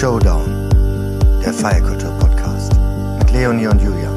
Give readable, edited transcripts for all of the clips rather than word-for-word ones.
Showdown, der Feierkultur-Podcast mit Leonie und Julian.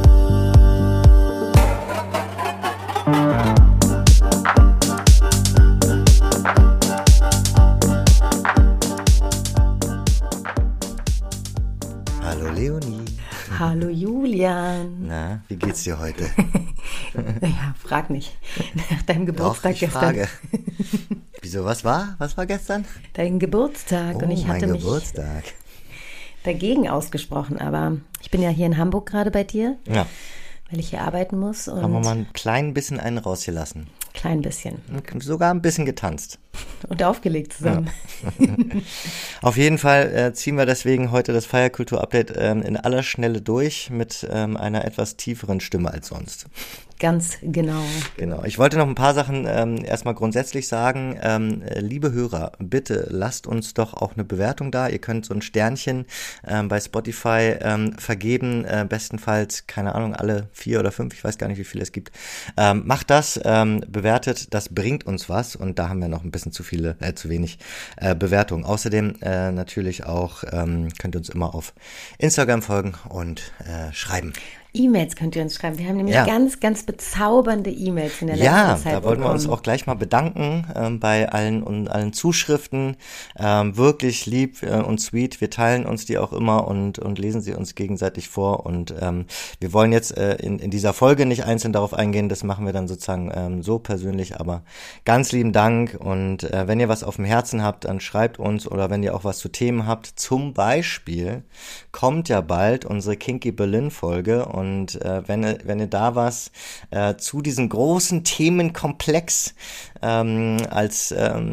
Hallo Leonie. Hallo Julian. Na, wie geht's dir heute? Ja, frag nicht. Nach deinem Geburtstag Doch, ich gestern. frage. Wieso, was war gestern? Dein Geburtstag. Und ich hatte mein mich Geburtstag. dagegen ausgesprochen. Aber ich bin ja hier in Hamburg gerade bei dir, Ja, weil ich hier arbeiten muss. Und haben wir mal ein klein bisschen einen rausgelassen. klein bisschen. Sogar ein bisschen getanzt. Und aufgelegt zusammen. Auf jeden Fall ziehen wir deswegen heute das Feierkultur-Update in aller Schnelle durch mit einer etwas tieferen Stimme als sonst. Ganz genau. Genau. Ich wollte noch ein paar Sachen erstmal grundsätzlich sagen. Liebe Hörer, bitte lasst uns doch auch eine Bewertung da. Ihr könnt so ein Sternchen bei Spotify vergeben. Bestenfalls, keine Ahnung, alle 4 oder 5, ich weiß gar nicht, wie viele es gibt. Macht das, bewertet, das bringt uns was. Und da haben wir noch ein bisschen zu wenig Bewertungen. Außerdem natürlich auch könnt ihr uns immer auf Instagram folgen und schreiben. E-Mails könnt ihr uns schreiben. Wir haben nämlich Ja. ganz, ganz bezaubernde E-Mails in der letzten Ja, Zeit da wollten wir uns bekommen. auch gleich mal bedanken bei allen Zuschriften. Wirklich lieb und sweet. Wir teilen uns die auch immer und lesen sie uns gegenseitig vor. Und wir wollen jetzt in dieser Folge nicht einzeln darauf eingehen. Das machen wir dann sozusagen so persönlich. Aber ganz lieben Dank. Und wenn ihr was auf dem Herzen habt, dann schreibt uns. Oder wenn ihr auch was zu Themen habt. Zum Beispiel kommt ja bald unsere Kinky Berlin Folge. Und wenn ihr da was zu diesem großen Themenkomplex als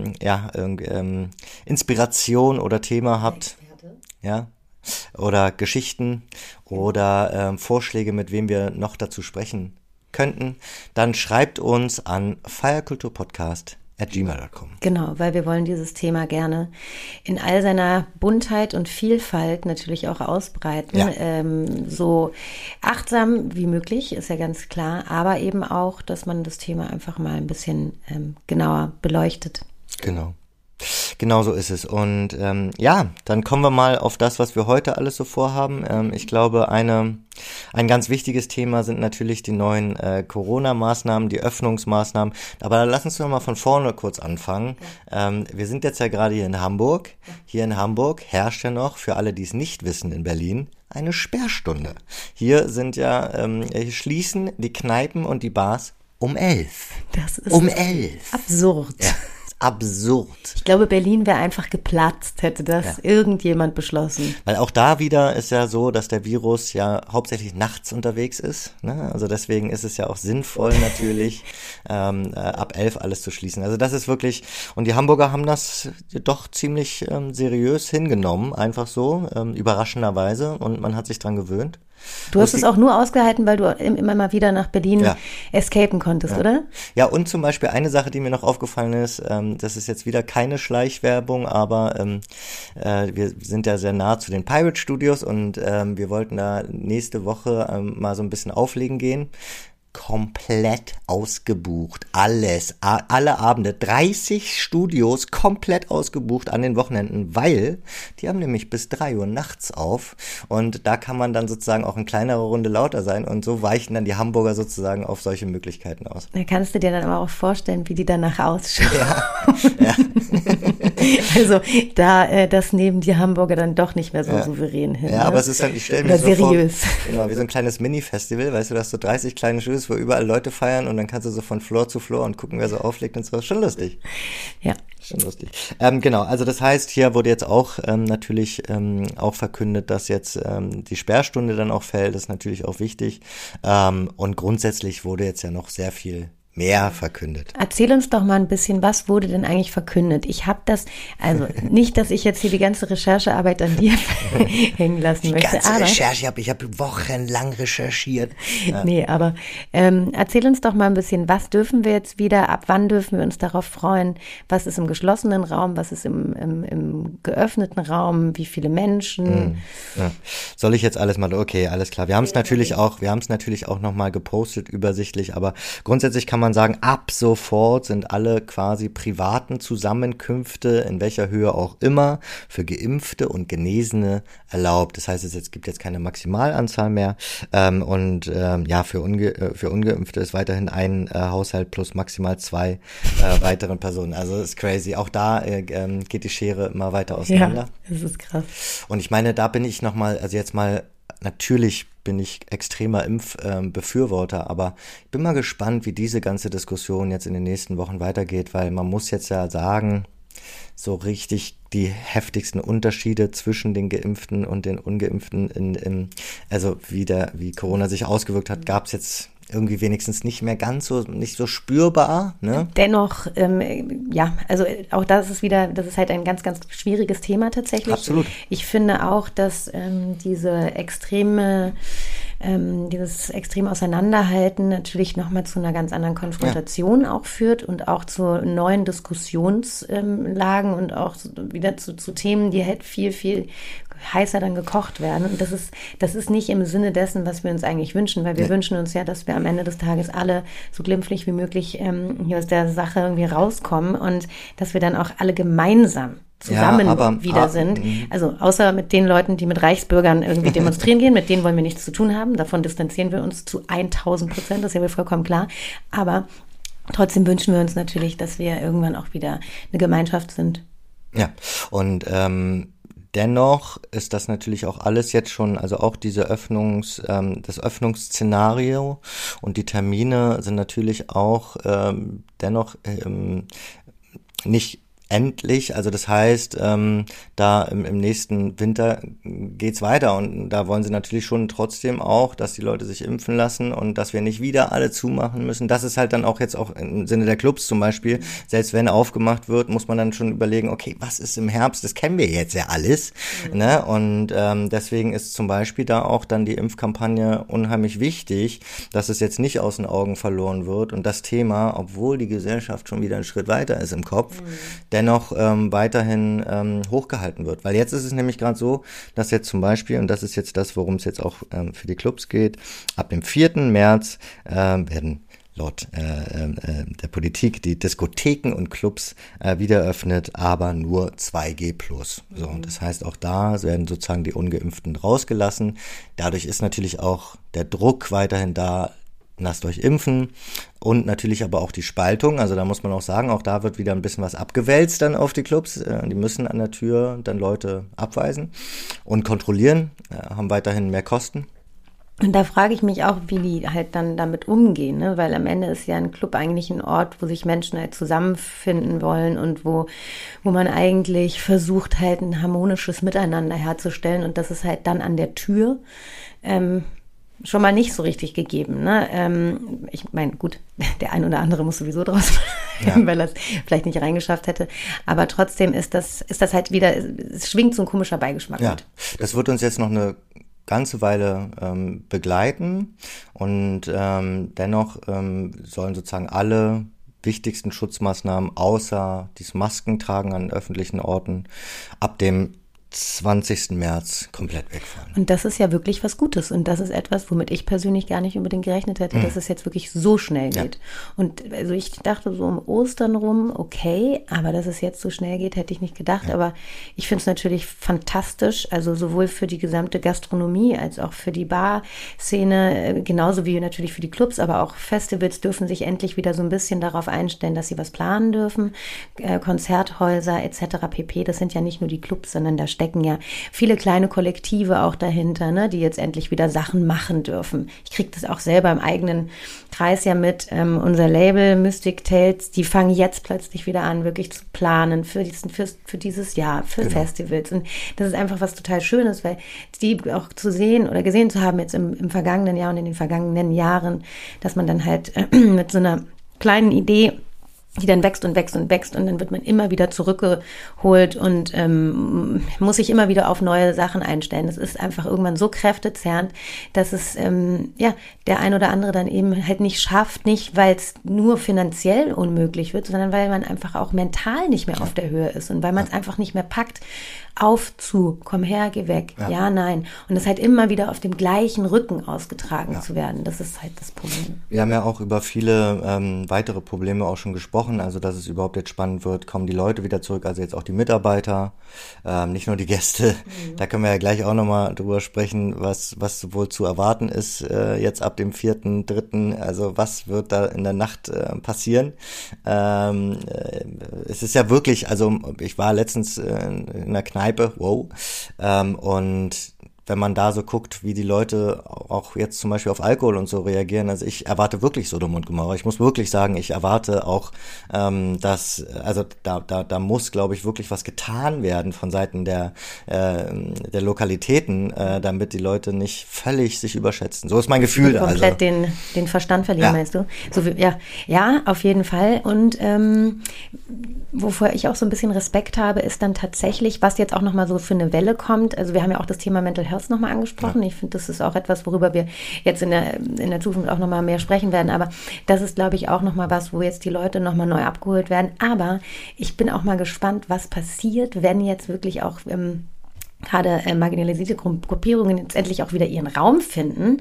Inspiration oder Thema habt, ja, oder Geschichten oder Vorschläge, mit wem wir noch dazu sprechen könnten, dann schreibt uns an feierkulturpodcast@gmail.com. Genau, weil wir wollen dieses Thema gerne in all seiner Buntheit und Vielfalt natürlich auch ausbreiten. Ja. So achtsam wie möglich, ist ja ganz klar, aber eben auch, dass man das Thema einfach mal ein bisschen genauer beleuchtet. Genau so ist es. Und dann kommen wir mal auf das, was wir heute alles so vorhaben. Ich glaube, ein ganz wichtiges Thema sind natürlich die neuen Corona-Maßnahmen, die Öffnungsmaßnahmen. Aber lass uns doch mal von vorne kurz anfangen. Wir sind jetzt ja gerade hier in Hamburg. Hier in Hamburg herrscht ja noch, für alle, die es nicht wissen, in Berlin, eine Sperrstunde. Hier sind hier schließen die Kneipen und die Bars um 11. Das ist Um 11. absurd. Ja, absurd. Ich glaube, Berlin wäre einfach geplatzt, hätte das irgendjemand beschlossen. Weil auch da wieder ist ja so, dass der Virus ja hauptsächlich nachts unterwegs ist. Ne? Also deswegen ist es ja auch sinnvoll natürlich, ab 11 alles zu schließen. Also das ist wirklich, und die Hamburger haben das doch ziemlich seriös hingenommen, einfach so, überraschenderweise, und man hat sich dran gewöhnt. Du hast es auch nur ausgehalten, weil du immer mal wieder nach Berlin escapen konntest, oder? Ja, und zum Beispiel eine Sache, die mir noch aufgefallen ist, das ist jetzt wieder keine Schleichwerbung, aber wir sind ja sehr nah zu den Pirate Studios und wir wollten da nächste Woche mal so ein bisschen auflegen gehen. Komplett ausgebucht. Alles, alle Abende, 30 Studios komplett ausgebucht an den Wochenenden, weil die haben nämlich bis 3 Uhr nachts auf und da kann man dann sozusagen auch in kleinerer Runde lauter sein und so weichen dann die Hamburger sozusagen auf solche Möglichkeiten aus. Da kannst du dir dann aber auch vorstellen, wie die danach ausschauen. Ja. Also das nehmen die Hamburger dann doch nicht mehr so souverän hin. Ja, aber es ist halt, ich stelle mir so seriös. vor, genau, wie so ein kleines Mini-Festival, weißt du, dass so 30 kleine Studios, wo überall Leute feiern und dann kannst du so von Floor zu Floor und gucken, wer so auflegt und so. Schon lustig. Ja. Schon lustig. Genau, also das heißt, hier wurde jetzt auch natürlich auch verkündet, dass jetzt die Sperrstunde dann auch fällt, das ist natürlich auch wichtig. Und grundsätzlich wurde jetzt ja noch sehr viel mehr verkündet. Erzähl uns doch mal ein bisschen, was wurde denn eigentlich verkündet? Ich habe das, also nicht, dass ich jetzt hier die ganze Recherchearbeit an dir hängen lassen möchte. Die ganze aber, Recherche, ich hab wochenlang recherchiert. Ja. Nee, aber erzähl uns doch mal ein bisschen, was dürfen wir jetzt wieder, ab wann dürfen wir uns darauf freuen, was ist im geschlossenen Raum, was ist im geöffneten Raum, wie viele Menschen? Ja. Soll ich jetzt alles mal, okay, alles klar. Wir haben es natürlich auch nochmal gepostet, übersichtlich, aber grundsätzlich kann man sagen, ab sofort sind alle quasi privaten Zusammenkünfte, in welcher Höhe auch immer, für Geimpfte und Genesene erlaubt. Das heißt, es gibt jetzt keine Maximalanzahl mehr für Ungeimpfte ist weiterhin ein Haushalt plus maximal 2 weiteren Personen. Also das ist crazy. Auch da geht die Schere immer weiter auseinander. Ja, das ist krass. Und ich meine, da bin ich nochmal, also jetzt mal, natürlich bin ich extremer Impfbefürworter, aber ich bin mal gespannt, wie diese ganze Diskussion jetzt in den nächsten Wochen weitergeht, weil man muss jetzt ja sagen, so richtig die heftigsten Unterschiede zwischen den Geimpften und den Ungeimpften, also wie Corona sich ausgewirkt hat, gab es jetzt irgendwie wenigstens nicht so spürbar, ne? Dennoch, also auch das ist halt ein ganz, ganz schwieriges Thema tatsächlich. Absolut. Ich finde auch, dass dieses extreme Auseinanderhalten natürlich nochmal zu einer ganz anderen Konfrontation auch führt und auch zu neuen Diskussionslagen und auch wieder zu Themen, die halt viel, viel heißer dann gekocht werden. Und das ist nicht im Sinne dessen, was wir uns eigentlich wünschen, weil wir wünschen uns ja, dass wir am Ende des Tages alle so glimpflich wie möglich hier aus der Sache irgendwie rauskommen und dass wir dann auch alle gemeinsam zusammen wieder sind. Also außer mit den Leuten, die mit Reichsbürgern irgendwie demonstrieren gehen, mit denen wollen wir nichts zu tun haben. Davon distanzieren wir uns zu 1000%, das ist ja wohl vollkommen klar. Aber trotzdem wünschen wir uns natürlich, dass wir irgendwann auch wieder eine Gemeinschaft sind. Ja, und dennoch ist das natürlich auch alles jetzt schon, also auch diese das Öffnungsszenario und die Termine sind natürlich auch dennoch nicht endlich, also das heißt, da im nächsten Winter geht's weiter und da wollen sie natürlich schon trotzdem auch, dass die Leute sich impfen lassen und dass wir nicht wieder alle zumachen müssen. Das ist halt dann auch jetzt auch im Sinne der Clubs zum Beispiel, selbst wenn aufgemacht wird, muss man dann schon überlegen, okay, was ist im Herbst, das kennen wir jetzt ja alles, ne? Und deswegen ist zum Beispiel da auch dann die Impfkampagne unheimlich wichtig, dass es jetzt nicht aus den Augen verloren wird und das Thema, obwohl die Gesellschaft schon wieder einen Schritt weiter ist im Kopf, dennoch weiterhin hochgehalten wird. Weil jetzt ist es nämlich gerade so, dass jetzt zum Beispiel, und das ist jetzt das, worum es jetzt auch für die Clubs geht, ab dem 4. März werden laut der Politik die Diskotheken und Clubs wieder eröffnet, aber nur 2G+. So, das heißt, auch da werden sozusagen die Ungeimpften rausgelassen. Dadurch ist natürlich auch der Druck weiterhin da, lasst euch impfen und natürlich aber auch die Spaltung, also da muss man auch sagen, auch da wird wieder ein bisschen was abgewälzt dann auf die Clubs, die müssen an der Tür dann Leute abweisen und kontrollieren, haben weiterhin mehr Kosten. Und da frage ich mich auch, wie die halt dann damit umgehen, ne? Weil am Ende ist ja ein Club eigentlich ein Ort, wo sich Menschen halt zusammenfinden wollen und wo man eigentlich versucht halt ein harmonisches Miteinander herzustellen und das ist halt dann an der Tür schon mal nicht so richtig gegeben. Ne? Ich meine, gut, der ein oder andere muss sowieso draus bleiben, weil er es vielleicht nicht reingeschafft hätte. Aber trotzdem ist das halt wieder, es schwingt so ein komischer Beigeschmack mit. Das wird uns jetzt noch eine ganze Weile begleiten und dennoch sollen sozusagen alle wichtigsten Schutzmaßnahmen außer dieses Maskentragen an öffentlichen Orten ab dem 20. März komplett wegfallen. Und das ist ja wirklich was Gutes. Und das ist etwas, womit ich persönlich gar nicht unbedingt gerechnet hätte, dass es jetzt wirklich so schnell geht. Und also ich dachte so um Ostern rum, okay, aber dass es jetzt so schnell geht, hätte ich nicht gedacht. Ja. Aber ich finde es natürlich fantastisch, also sowohl für die gesamte Gastronomie als auch für die Bar-Szene, genauso wie natürlich für die Clubs, aber auch Festivals dürfen sich endlich wieder so ein bisschen darauf einstellen, dass sie was planen dürfen. Konzerthäuser etc. pp. Das sind ja nicht nur die Clubs, sondern da stecken ja viele kleine Kollektive auch dahinter, ne, die jetzt endlich wieder Sachen machen dürfen. Ich kriege das auch selber im eigenen Kreis ja mit. Unser Label Mystic Tales, die fangen jetzt plötzlich wieder an, wirklich zu planen für dieses Jahr, für Festivals. Und das ist einfach was total Schönes, weil die auch zu sehen oder gesehen zu haben jetzt im vergangenen Jahr und in den vergangenen Jahren, dass man dann halt mit so einer kleinen Idee die dann wächst und wächst und wächst und dann wird man immer wieder zurückgeholt und muss sich immer wieder auf neue Sachen einstellen. Das ist einfach irgendwann so kräftezehrend, dass es der ein oder andere dann eben halt nicht schafft, nicht weil es nur finanziell unmöglich wird, sondern weil man einfach auch mental nicht mehr auf der Höhe ist und weil man es einfach nicht mehr packt, auf zu, komm her, geh weg, ja, nein. Und das halt immer wieder auf dem gleichen Rücken ausgetragen zu werden, das ist halt das Problem. Wir haben ja auch über viele weitere Probleme auch schon gesprochen, also dass es überhaupt jetzt spannend wird, kommen die Leute wieder zurück, also jetzt auch die Mitarbeiter, nicht nur die Gäste. Da können wir ja gleich auch nochmal drüber sprechen, was wohl zu erwarten ist jetzt ab dem 4.3., also was wird da in der Nacht passieren. Es ist ja wirklich, also ich war letztens in einer Kneipe, und wenn man da so guckt, wie die Leute auch jetzt zum Beispiel auf Alkohol und so reagieren, also ich erwarte wirklich Sodom und Gomorra. Ich muss wirklich sagen, ich erwarte auch, dass, also da muss, glaube ich, wirklich was getan werden von Seiten der Lokalitäten, damit die Leute nicht völlig sich überschätzen. So ist mein Gefühl. Komplett den Verstand verlieren, meinst du? So wie, ja, auf jeden Fall. Und wovor ich auch so ein bisschen Respekt habe, ist dann tatsächlich, was jetzt auch nochmal so für eine Welle kommt. Also wir haben ja auch das Thema Mental Health nochmal angesprochen. Ja. Ich finde, das ist auch etwas, worüber wir jetzt in der Zukunft auch nochmal mehr sprechen werden. Aber das ist, glaube ich, auch nochmal was, wo jetzt die Leute nochmal neu abgeholt werden. Aber ich bin auch mal gespannt, was passiert, wenn jetzt wirklich auch gerade marginalisierte Gruppierungen jetzt endlich auch wieder ihren Raum finden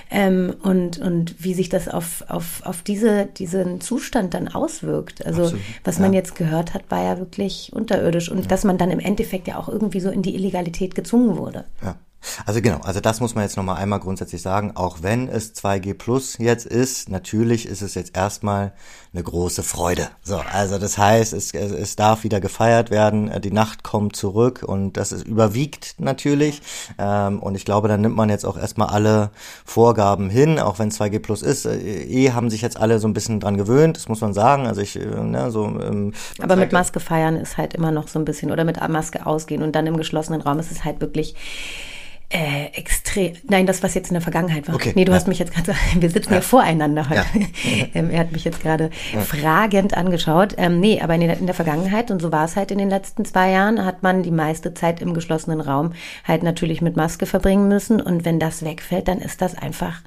und wie sich das auf diesen Zustand dann auswirkt. Also absolut. Was man jetzt gehört hat, war ja wirklich unterirdisch und dass man dann im Endeffekt ja auch irgendwie so in die Illegalität gezwungen wurde. Ja. Also genau, also das muss man jetzt nochmal einmal grundsätzlich sagen, auch wenn es 2G Plus jetzt ist, natürlich ist es jetzt erstmal eine große Freude. So, also das heißt, es darf wieder gefeiert werden, die Nacht kommt zurück und das überwiegt natürlich und ich glaube, dann nimmt man jetzt auch erstmal alle Vorgaben hin, auch wenn 2G Plus ist, haben sich jetzt alle so ein bisschen dran gewöhnt, das muss man sagen, also aber mit Maske feiern ist halt immer noch so ein bisschen, oder mit Maske ausgehen und dann im geschlossenen Raum ist es halt wirklich extrem. Nein, das, was jetzt in der Vergangenheit war. Okay, nee, du hast mich jetzt gerade, wir sitzen ja voreinander heute. Ja. Er hat mich jetzt gerade fragend angeschaut. Nee, aber in der Vergangenheit, und so war es halt in den letzten 2 Jahren, hat man die meiste Zeit im geschlossenen Raum halt natürlich mit Maske verbringen müssen. Und wenn das wegfällt, dann ist das einfach...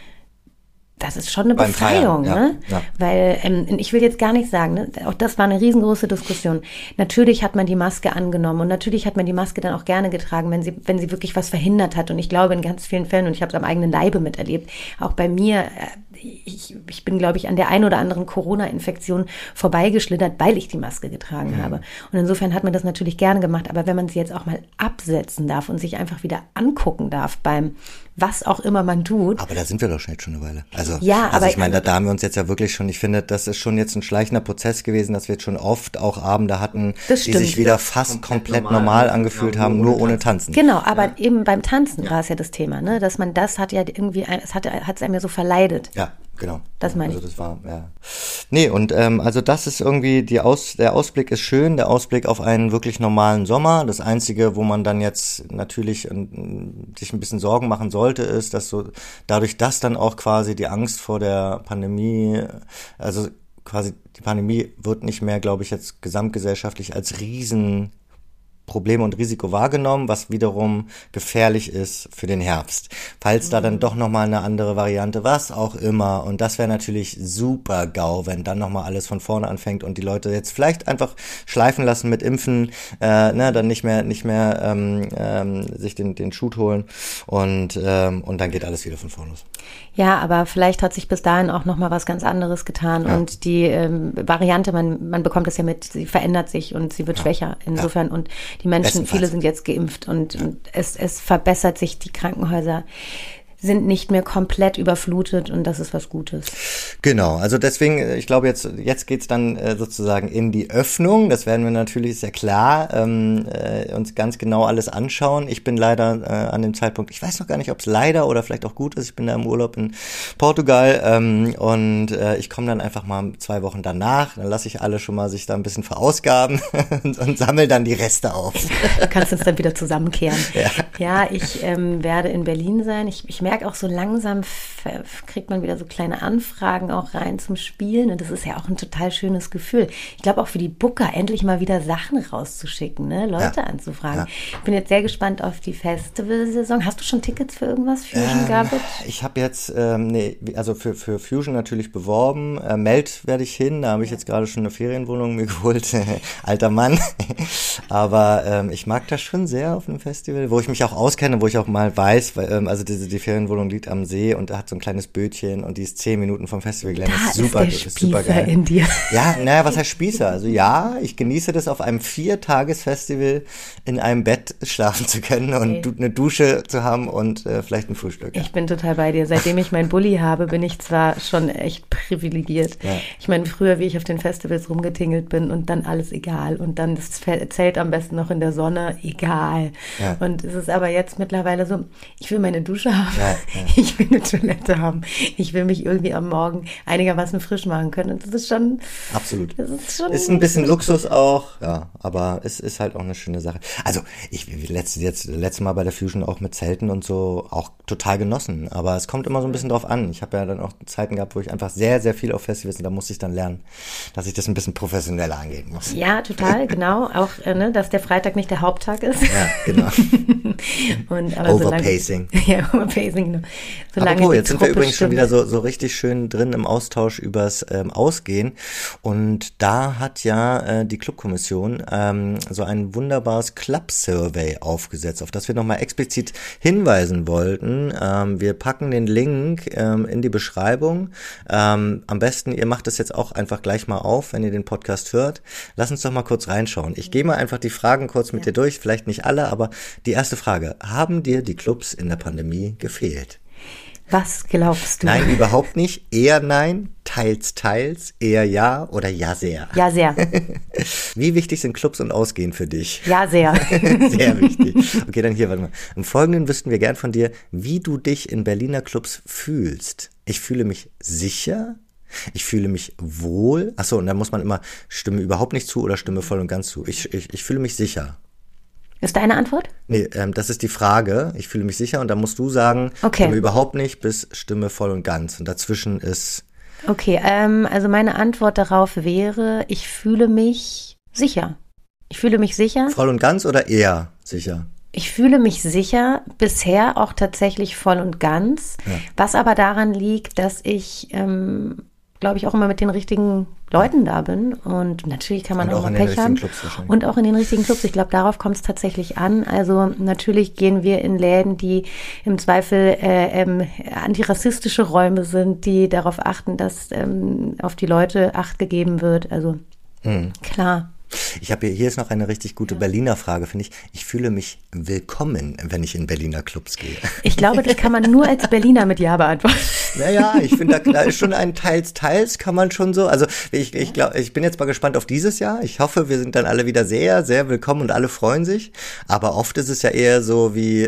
Das ist schon eine Befreiung, ne? Ja. Weil ich will jetzt gar nicht sagen, ne? Auch das war eine riesengroße Diskussion. Natürlich hat man die Maske angenommen und natürlich hat man die Maske dann auch gerne getragen, wenn sie wirklich was verhindert hat. Und ich glaube in ganz vielen Fällen, und ich habe es am eigenen Leibe miterlebt, auch bei mir, ich bin, glaube ich, an der ein oder anderen Corona-Infektion vorbeigeschlittert, weil ich die Maske getragen habe. Und insofern hat man das natürlich gerne gemacht. Aber wenn man sie jetzt auch mal absetzen darf und sich einfach wieder angucken darf beim was auch immer man tut. Aber da sind wir doch schon eine Weile. Also ich meine, da haben wir uns jetzt ja wirklich schon, ich finde, das ist schon jetzt ein schleichender Prozess gewesen, dass wir jetzt schon oft auch Abende hatten, die sich wieder fast komplett normal angefühlt haben, nur ohne Tanzen. Genau, aber eben beim Tanzen war es ja das Thema, ne? Dass man das hat ja irgendwie, es hat es einem ja so verleidet. Ja, genau. Das meine ich. Also das war, ja. Nee, und also das ist irgendwie, der Ausblick ist schön, der Ausblick auf einen wirklich normalen Sommer. Das Einzige, wo man dann jetzt natürlich sich ein bisschen Sorgen machen sollte, ist, dass so dadurch, dass dann auch quasi die Angst vor der Pandemie, also quasi die Pandemie wird nicht mehr, glaube ich, jetzt gesamtgesellschaftlich als Riesenproblem und Risiko wahrgenommen, was wiederum gefährlich ist für den Herbst. Falls da dann doch nochmal eine andere Variante, was auch immer. Und das wäre natürlich super GAU, wenn dann nochmal alles von vorne anfängt und die Leute jetzt vielleicht einfach schleifen lassen mit Impfen, dann nicht mehr sich den Shoot holen und dann geht alles wieder von vorne los. Ja, aber vielleicht hat sich bis dahin auch nochmal was ganz anderes getan und die Variante, man bekommt es ja mit, sie verändert sich und sie wird schwächer insofern und die Menschen, viele sind jetzt geimpft und es verbessert sich, die Krankenhäuser sind nicht mehr komplett überflutet und das ist was Gutes. Genau, also deswegen, ich glaube, jetzt geht's dann sozusagen in die Öffnung. Das werden wir natürlich, ist ja klar, uns ganz genau alles anschauen. Ich bin leider an dem Zeitpunkt, ich weiß noch gar nicht, ob es leider oder vielleicht auch gut ist, ich bin da im Urlaub in Portugal und ich komme dann einfach mal 2 Wochen danach, dann lasse ich alle schon mal sich da ein bisschen verausgaben und sammle dann die Reste auf. Du kannst uns dann wieder zusammenkehren. Ja, ich werde in Berlin sein. Ich merke merke auch so langsam kriegt man wieder so kleine Anfragen auch rein zum Spielen und das ist ja auch ein total schönes Gefühl. Ich glaube auch für die Booker endlich mal wieder Sachen rauszuschicken, ne? Leute anzufragen. Ja. Ich bin jetzt sehr gespannt auf die Festivalsaison. Hast du schon Tickets für irgendwas? Fusion Garbage? Ich habe jetzt, also für Fusion natürlich beworben. Meld werde ich hin, da habe ich jetzt gerade schon eine Ferienwohnung mir geholt. Alter Mann. Aber ich mag das schon sehr auf einem Festival, wo ich mich auch auskenne, wo ich auch mal weiß, weil, also die Ferienwohnung liegt am See und hat so ein kleines Bötchen und die ist 10 Minuten vom Festivalgelände. Da ist super geil. In dir. Ja, naja, was heißt Spießer? Also ja, ich genieße das, auf einem 4-Tages-Festival in einem Bett schlafen zu können und eine Dusche zu haben und vielleicht ein Frühstück. Ja. Ich bin total bei dir. Seitdem ich meinen Bulli habe, bin ich zwar schon echt privilegiert. Ja. Ich meine, früher, wie ich auf den Festivals rumgetingelt bin und dann alles egal und dann das Zelt am besten noch in der Sonne, egal. Ja. Und es ist aber jetzt mittlerweile so, ich will meine Dusche haben, ich will eine Toilette haben, ich will mich irgendwie am Morgen einigermaßen frisch machen können und das ist schon... Absolut. Das ist ein bisschen Luxus auch, ja, aber es ist halt auch eine schöne Sache. Also letztes Mal bei der Fusion auch mit Zelten und so auch total genossen, aber es kommt immer so ein bisschen drauf an. Ich habe ja dann auch Zeiten gehabt, wo ich einfach sehr, sehr viel auf Festivals und da musste ich dann lernen, dass ich das ein bisschen professioneller angehen muss. Ja, total, genau. Auch, dass der Freitag nicht der Haupttag ist. Ja, genau. Aber Overpacing. Ja, Overpacing, genau. Apropos, jetzt sind wir übrigens schon wieder so richtig schön drin im Austausch übers Ausgehen und da hat ja die Clubkommission so ein wunderbares Club-Survey aufgesetzt, auf das wir nochmal explizit hinweisen wollten. Wir packen den Link in die Beschreibung. Am besten, ihr macht das jetzt auch einfach gleich mal auf, wenn ihr den Podcast hört. Lass uns doch mal kurz reinschauen. Ich gehe mal einfach die Fragen kurz mit dir durch, vielleicht nicht alle, aber die erste Frage. Haben dir die Clubs in der Pandemie gefehlt? Was glaubst du? Nein, überhaupt nicht. Eher nein, teils, eher ja oder ja sehr? Ja, sehr. Wie wichtig sind Clubs und Ausgehen für dich? Ja, sehr. Sehr wichtig. Okay, dann hier, warte mal. Im Folgenden wüssten wir gern von dir, wie du dich in Berliner Clubs fühlst. Ich fühle mich sicher. Ich fühle mich wohl. Achso, und dann muss man immer Stimme überhaupt nicht zu oder Stimme voll und ganz zu. Ich fühle mich sicher. Ist deine Antwort? Nee, das ist die Frage. Ich fühle mich sicher und dann musst du sagen, Stimme überhaupt nicht bis Stimme voll und ganz. Und dazwischen ist... Okay, also meine Antwort darauf wäre, ich fühle mich sicher. Ich fühle mich sicher. Voll und ganz oder eher sicher? Ich fühle mich sicher, bisher auch tatsächlich voll und ganz. Ja. Was aber daran liegt, dass ich... glaube ich, auch immer mit den richtigen Leuten da bin. Und natürlich kann man auch mal Pech haben. Und auch in den richtigen Clubs. Ich glaube, darauf kommt es tatsächlich an. Also natürlich gehen wir in Läden, die im Zweifel antirassistische Räume sind, die darauf achten, dass auf die Leute Acht gegeben wird. Also klar. Ich habe hier ist noch eine richtig gute Berliner Frage, finde ich. Ich fühle mich willkommen, wenn ich in Berliner Clubs gehe. Ich glaube, das kann man nur als Berliner mit Ja beantworten. Naja, ich finde, da ist schon ein teils kann man schon so. Also ich glaube, ich bin jetzt mal gespannt auf dieses Jahr. Ich hoffe, wir sind dann alle wieder sehr, sehr willkommen und alle freuen sich. Aber oft ist es ja eher so wie...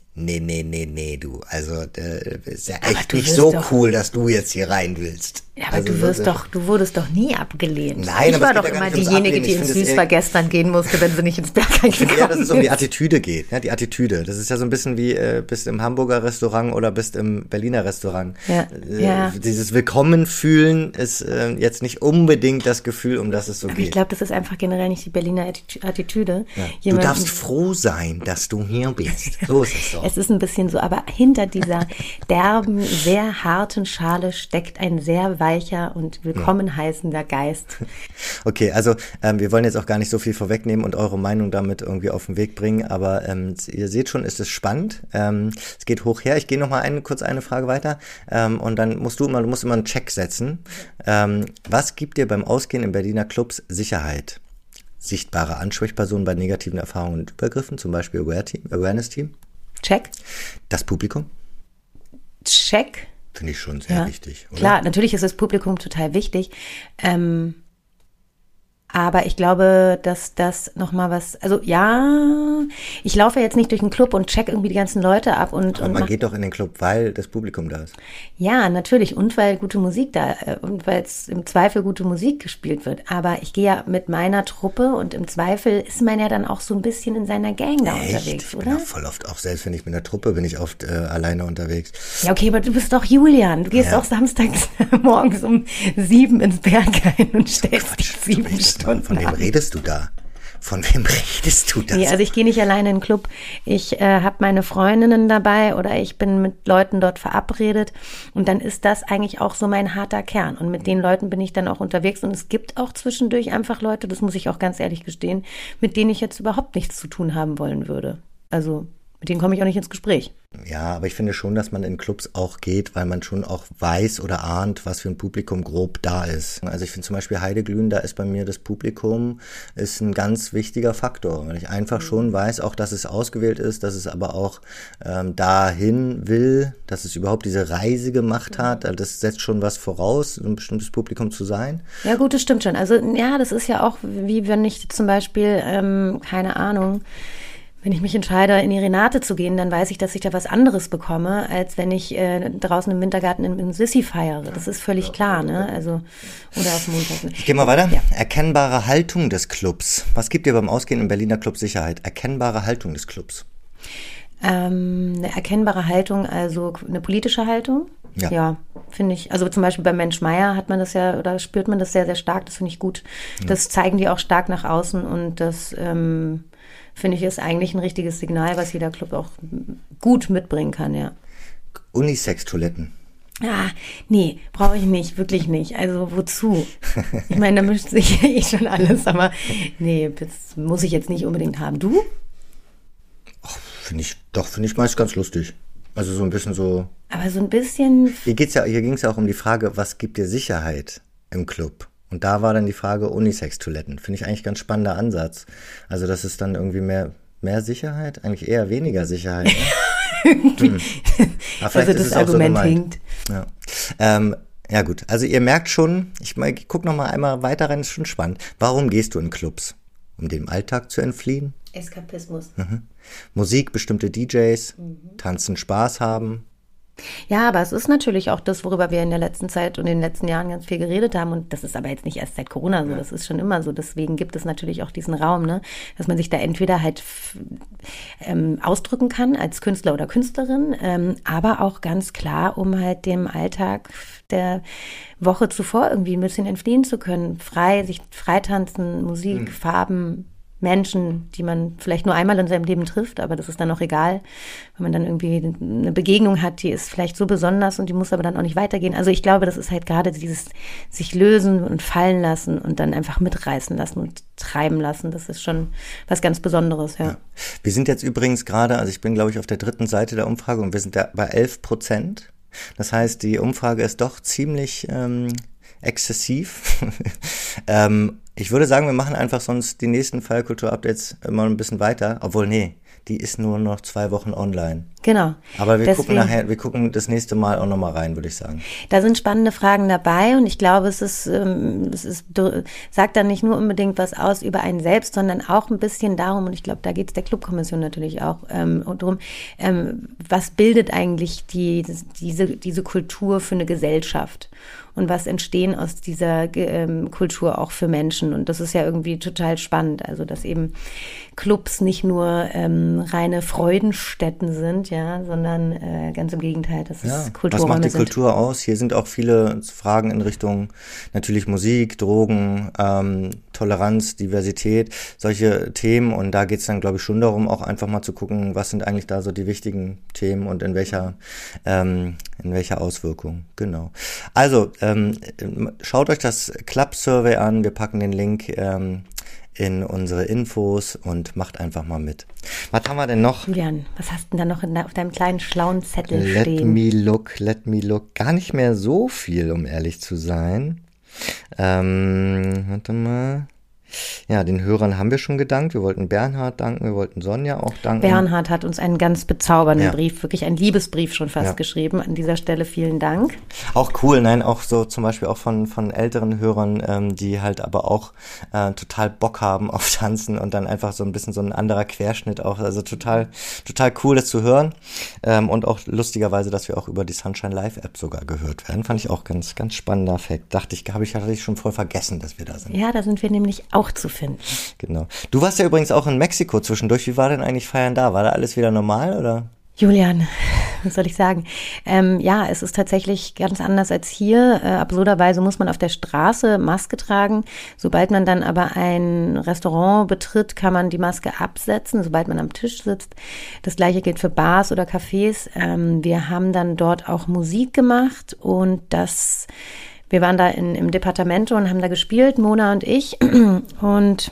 Nee, du. Also, ist ja echt nicht so cool, dass du jetzt hier rein willst. Ja, aber also, du wurdest doch nie abgelehnt. Nein, ich war doch immer diejenige, die ins Süßvergestern gehen musste, wenn sie nicht ins Berg Ich finde eher, dass es um die Attitüde geht. Ja, die Attitüde. Das ist ja so ein bisschen wie, bist im Hamburger Restaurant oder bist im Berliner Restaurant. Ja. Dieses Willkommen fühlen ist jetzt nicht unbedingt das Gefühl, um das es so geht. Ich glaube, das ist einfach generell nicht die Berliner Attitüde. Ja. Du darfst froh sein, dass du hier bist. So ist es doch. Es ist ein bisschen so, aber hinter dieser derben, sehr harten Schale steckt ein sehr weicher und willkommen heißender Geist. Okay, also wir wollen jetzt auch gar nicht so viel vorwegnehmen und eure Meinung damit irgendwie auf den Weg bringen, aber ihr seht schon, ist es spannend. Es geht hoch her. Ich gehe noch mal kurz eine Frage weiter und dann musst du immer einen Check setzen. Was gibt dir beim Ausgehen in Berliner Clubs Sicherheit? Sichtbare Ansprechpersonen bei negativen Erfahrungen und Übergriffen, zum Beispiel Awareness-Team? Check. Das Publikum? Check. Finde ich schon sehr wichtig, oder? Klar, natürlich ist das Publikum total wichtig. Aber ich glaube, dass das nochmal also ja, ich laufe jetzt nicht durch den Club und check irgendwie die ganzen Leute ab Aber man geht doch in den Club, weil das Publikum da ist. Ja, natürlich. Und weil gute Musik und weil es im Zweifel gute Musik gespielt wird. Aber ich gehe ja mit meiner Truppe und im Zweifel ist man ja dann auch so ein bisschen in seiner Gang da unterwegs, ich oder? bin auch voll oft, auch selbst wenn ich mit einer Truppe bin ich oft alleine unterwegs. Ja, okay, aber du bist doch Julian. Du gehst auch samstags morgens um 7 ins Berghain und stellst dich 7 Stunden. Von wem redest du da? Von wem redest du das? Nee, also ich gehe nicht alleine in den Club. Ich habe meine Freundinnen dabei oder ich bin mit Leuten dort verabredet und dann ist das eigentlich auch so mein harter Kern und mit den Leuten bin ich dann auch unterwegs und es gibt auch zwischendurch einfach Leute, das muss ich auch ganz ehrlich gestehen, mit denen ich jetzt überhaupt nichts zu tun haben wollen würde. Also mit denen komme ich auch nicht ins Gespräch. Ja, aber ich finde schon, dass man in Clubs auch geht, weil man schon auch weiß oder ahnt, was für ein Publikum grob da ist. Also ich finde zum Beispiel Heideglühen, da ist bei mir das Publikum ist ein ganz wichtiger Faktor, weil ich einfach schon weiß, auch dass es ausgewählt ist, dass es aber auch dahin will, dass es überhaupt diese Reise gemacht hat. Also das setzt schon was voraus, ein bestimmtes Publikum zu sein. Ja gut, das stimmt schon. Also ja, das ist ja auch, wie wenn ich zum Beispiel, keine Ahnung, wenn ich mich entscheide, in die Renate zu gehen, dann weiß ich, dass ich da was anderes bekomme, als wenn ich draußen im Wintergarten im Sissi feiere. Das ist völlig klar, ne? Also, oder auf dem Montag. Ich gehe mal weiter. Ja. Erkennbare Haltung des Clubs. Was gibt ihr beim Ausgehen im Berliner Club Sicherheit? Erkennbare Haltung des Clubs. Eine erkennbare Haltung, also eine politische Haltung. Ja, finde ich. Also zum Beispiel bei Mensch Meier hat man das ja, oder spürt man das sehr, sehr stark. Das finde ich gut. Das zeigen die auch stark nach außen und das finde ich, ist eigentlich ein richtiges Signal, was jeder Club auch gut mitbringen kann, ja. Unisex-Toiletten. Ah, nee, brauche ich nicht, wirklich nicht. Also wozu? Ich meine, da mischt sich ja eh schon alles, aber nee, das muss ich jetzt nicht unbedingt haben. Du? Finde ich meist ganz lustig. Also so ein bisschen so. Aber so ein bisschen. Hier ging es ja auch um die Frage, was gibt dir Sicherheit im Club? Und da war dann die Frage Unisex-Toiletten. Finde ich eigentlich ganz spannender Ansatz. Also das ist dann irgendwie mehr Sicherheit, eigentlich eher weniger Sicherheit. Ne? Aber vielleicht also das ist es Argument auch so hinkt. Ja. Ja gut, also ihr merkt schon, ich gucke noch mal einmal weiter rein, ist schon spannend. Warum gehst du in Clubs? Um dem Alltag zu entfliehen? Eskapismus. Musik, bestimmte DJs, tanzen, Spaß haben. Ja, aber es ist natürlich auch das, worüber wir in der letzten Zeit und in den letzten Jahren ganz viel geredet haben. Und das ist aber jetzt nicht erst seit Corona so, das ist schon immer so. Deswegen gibt es natürlich auch diesen Raum, ne, dass man sich da entweder halt ausdrücken kann als Künstler oder Künstlerin, aber auch ganz klar, um halt dem Alltag der Woche zuvor irgendwie ein bisschen entfliehen zu können. Sich freitanzen, Musik, Farben, Menschen, die man vielleicht nur einmal in seinem Leben trifft, aber das ist dann auch egal, wenn man dann irgendwie eine Begegnung hat, die ist vielleicht so besonders und die muss aber dann auch nicht weitergehen. Also ich glaube, das ist halt gerade dieses sich lösen und fallen lassen und dann einfach mitreißen lassen und treiben lassen. Das ist schon was ganz Besonderes, ja. Wir sind jetzt übrigens gerade, also ich bin glaube ich auf der 3. Seite der Umfrage und wir sind da bei 11%. Das heißt, die Umfrage ist doch ziemlich exzessiv. Ich würde sagen, wir machen einfach sonst die nächsten Feierkultur-Updates immer ein bisschen weiter. Obwohl, nee, die ist nur noch 2 Wochen online. Genau. Aber wir gucken das nächste Mal auch nochmal rein, würde ich sagen. Da sind spannende Fragen dabei und ich glaube, sagt dann nicht nur unbedingt was aus über einen selbst, sondern auch ein bisschen darum, und ich glaube, da geht es der Clubkommission natürlich auch darum, was bildet eigentlich diese Kultur für eine Gesellschaft? Und was entstehen aus dieser Kultur auch für Menschen. Und das ist ja irgendwie total spannend. Also, dass eben Clubs nicht nur reine Freudenstätten sind, ja, sondern ganz im Gegenteil, dass es Kulturräume sind. Was macht die Kultur aus? Hier sind auch viele Fragen in Richtung natürlich Musik, Drogen, Toleranz, Diversität, solche Themen. Und da geht es dann, glaube ich, schon darum, auch einfach mal zu gucken, was sind eigentlich da so die wichtigen Themen und in welcher Auswirkung. Genau. Also, schaut euch das Club Survey an. Wir packen den Link in unsere Infos und macht einfach mal mit. Was haben wir denn noch? Julian, was hast du denn da noch auf deinem kleinen schlauen Zettel stehen? Let me look. Gar nicht mehr so viel, um ehrlich zu sein. Warte mal. Ja, den Hörern haben wir schon gedankt. Wir wollten Bernhard danken, wir wollten Sonja auch danken. Bernhard hat uns einen ganz bezaubernden Brief, wirklich einen Liebesbrief schon fast geschrieben. An dieser Stelle vielen Dank. Auch cool, nein, auch so zum Beispiel auch von älteren Hörern, die halt aber auch total Bock haben auf Tanzen und dann einfach so ein bisschen so ein anderer Querschnitt auch. Also total cool, das zu hören. Und auch lustigerweise, dass wir auch über die Sunshine Live App sogar gehört werden. Fand ich auch ganz, ganz spannender Fact. Hatte ich schon voll vergessen, dass wir da sind. Ja, da sind wir nämlich auch zu finden. Genau. Du warst ja übrigens auch in Mexiko zwischendurch. Wie war denn eigentlich Feiern da? War da alles wieder normal, oder? Julian, was soll ich sagen? Ja, es ist tatsächlich ganz anders als hier. Absurderweise muss man auf der Straße Maske tragen. Sobald man dann aber ein Restaurant betritt, kann man die Maske absetzen, sobald man am Tisch sitzt. Das Gleiche gilt für Bars oder Cafés. Wir haben dann dort auch Musik gemacht und wir waren da im Departamento und haben da gespielt, Mona und ich. Und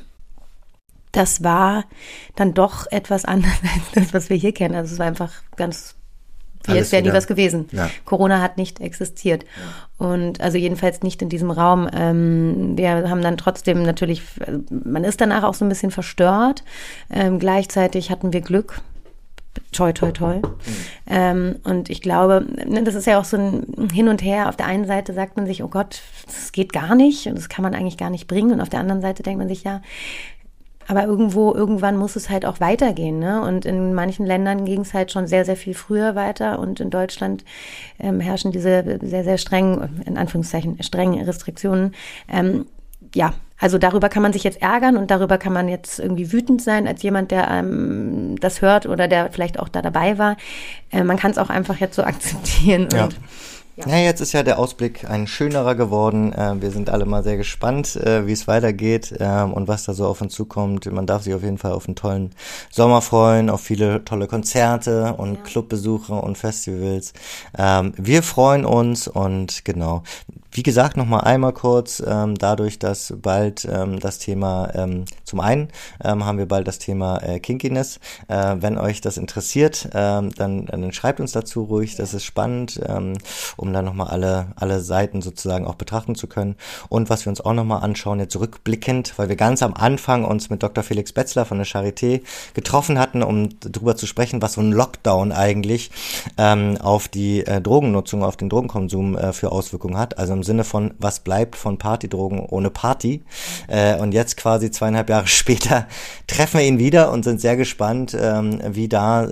das war dann doch etwas anders als das, was wir hier kennen. Also es war einfach ganz, wie als wäre nie was gewesen. Ja. Corona hat nicht existiert. Ja. Und also jedenfalls nicht in diesem Raum. Wir haben dann trotzdem natürlich, man ist danach auch so ein bisschen verstört. Gleichzeitig hatten wir Glück. Toi, toi, toi. Und ich glaube, das ist ja auch so ein Hin und Her. Auf der einen Seite sagt man sich, oh Gott, das geht gar nicht und das kann man eigentlich gar nicht bringen. Und auf der anderen Seite denkt man sich, ja, aber irgendwann muss es halt auch weitergehen, ne? Und in manchen Ländern ging es halt schon sehr, sehr viel früher weiter. Und in Deutschland herrschen diese sehr, sehr strengen, in Anführungszeichen, strengen Restriktionen. Ja, also darüber kann man sich jetzt ärgern und darüber kann man jetzt irgendwie wütend sein als jemand, der das hört oder der vielleicht auch da dabei war. Man kann es auch einfach jetzt so akzeptieren. Ja. Und ja, jetzt ist ja der Ausblick ein schönerer geworden. Wir sind alle mal sehr gespannt, wie es weitergeht und was da so auf uns zukommt. Man darf sich auf jeden Fall auf einen tollen Sommer freuen, auf viele tolle Konzerte und Clubbesuche und Festivals. Wir freuen uns und genau. Wie gesagt, nochmal einmal kurz, dadurch, dass bald das Thema, zum einen haben wir bald das Thema Kinkiness. Wenn euch das interessiert, dann schreibt uns dazu ruhig, das ist spannend, um dann nochmal alle Seiten sozusagen auch betrachten zu können. Und was wir uns auch nochmal anschauen, jetzt rückblickend, weil wir ganz am Anfang uns mit Dr. Felix Betzler von der Charité getroffen hatten, um darüber zu sprechen, was so ein Lockdown eigentlich auf die Drogennutzung, auf den Drogenkonsum für Auswirkungen hat. Also im Sinne von, was bleibt von Partydrogen ohne Party? Und jetzt quasi 2,5 Jahre später treffen wir ihn wieder und sind sehr gespannt, wie da,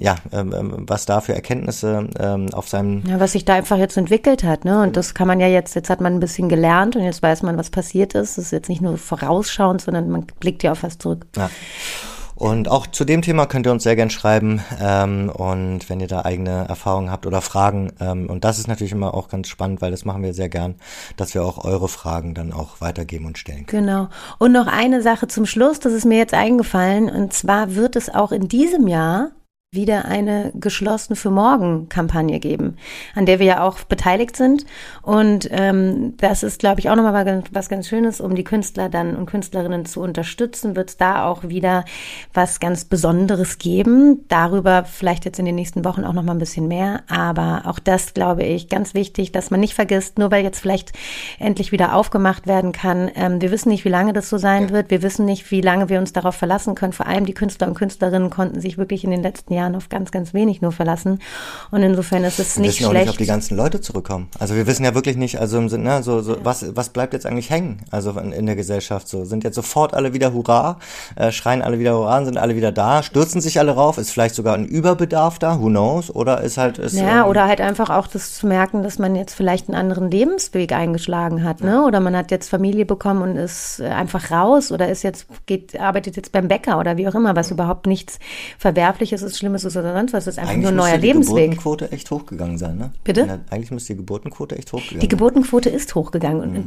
was da für Erkenntnisse auf seinem... Ja, was sich da einfach jetzt entwickelt hat, ne? Und das kann man ja jetzt hat man ein bisschen gelernt und jetzt weiß man, was passiert ist. Das ist jetzt nicht nur vorausschauend, sondern man blickt ja auf was zurück. Ja. Und auch zu dem Thema könnt ihr uns sehr gern schreiben und wenn ihr da eigene Erfahrungen habt oder Fragen, und das ist natürlich immer auch ganz spannend, weil das machen wir sehr gern, dass wir auch eure Fragen dann auch weitergeben und stellen können. Genau. Und noch eine Sache zum Schluss, das ist mir jetzt eingefallen, und zwar wird es auch in diesem Jahr wieder eine geschlossen für morgen Kampagne geben, an der wir ja auch beteiligt sind. Und das ist, glaube ich, auch nochmal was ganz Schönes, um die Künstler dann und Künstlerinnen zu unterstützen, wird es da auch wieder was ganz Besonderes geben. Darüber vielleicht jetzt in den nächsten Wochen auch nochmal ein bisschen mehr. Aber auch das, glaube ich, ganz wichtig, dass man nicht vergisst, nur weil jetzt vielleicht endlich wieder aufgemacht werden kann. Wir wissen nicht, wie lange das so sein wird. Wir wissen nicht, wie lange wir uns darauf verlassen können. Vor allem die Künstler und Künstlerinnen konnten sich wirklich in den letzten Jahren auf ganz, ganz wenig nur verlassen. Und insofern ist es nicht schlecht. Wir wissen auch nicht, ob die ganzen Leute zurückkommen. Also wir wissen ja wirklich nicht, also im Sinne, was bleibt jetzt eigentlich hängen? Also in der Gesellschaft so. Sind jetzt sofort alle wieder Hurra, schreien alle wieder Hurra, sind alle wieder da, stürzen sich alle rauf, ist vielleicht sogar ein Überbedarf da, who knows? Oder ist halt... oder halt einfach auch das zu merken, dass man jetzt vielleicht einen anderen Lebensweg eingeschlagen hat, ne? Oder man hat jetzt Familie bekommen und ist einfach raus oder arbeitet jetzt beim Bäcker oder wie auch immer, was überhaupt nichts Verwerfliches ist, Schlimmes ist oder sonst was. Das ist einfach nur ein neuer Lebensweg. Eigentlich müsste die Geburtenquote echt hochgegangen sein, ne? Bitte? Eigentlich müsste die Geburtenquote echt hochgegangen sein. Die Geburtenquote ist hochgegangen. Und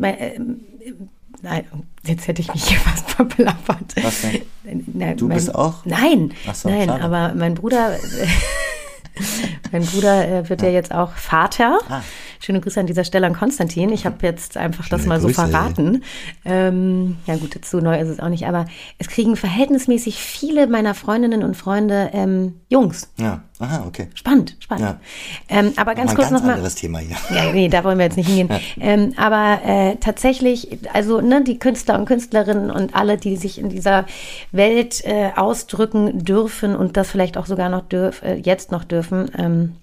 nein, jetzt hätte ich mich hier fast verplappert. Was denn? Du bist auch? Nein, ach so, nein, schade. Aber mein Bruder wird ja jetzt auch Vater. Schöne Grüße an dieser Stelle an Konstantin. Ich habe jetzt einfach das mal Grüße. so verraten. Ja gut, zu neu ist es auch nicht, aber es kriegen verhältnismäßig viele meiner Freundinnen und Freunde Jungs. Ja, aha, okay. Spannend. Ja. Aber ganz kurz nochmal. Ein anderes Thema hier. Ja, nee, da wollen wir jetzt nicht hingehen. Ja. Aber tatsächlich, also die Künstler und Künstlerinnen und alle, die sich in dieser Welt ausdrücken dürfen und das vielleicht auch sogar noch jetzt noch dürfen,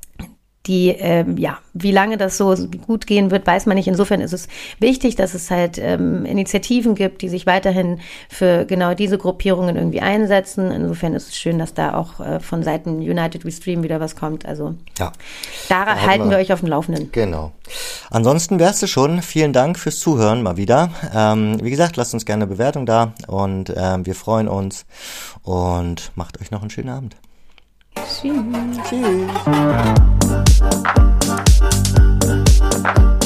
wie lange das so gut gehen wird, weiß man nicht. Insofern ist es wichtig, dass es halt Initiativen gibt, die sich weiterhin für genau diese Gruppierungen irgendwie einsetzen. Insofern ist es schön, dass da auch von Seiten United We Stream wieder was kommt. Also da halten wir euch auf dem Laufenden. Genau. Ansonsten wär's es schon. Vielen Dank fürs Zuhören mal wieder. Wie gesagt, lasst uns gerne eine Bewertung da und wir freuen uns und macht euch noch einen schönen Abend. Tschüss. Tschüss.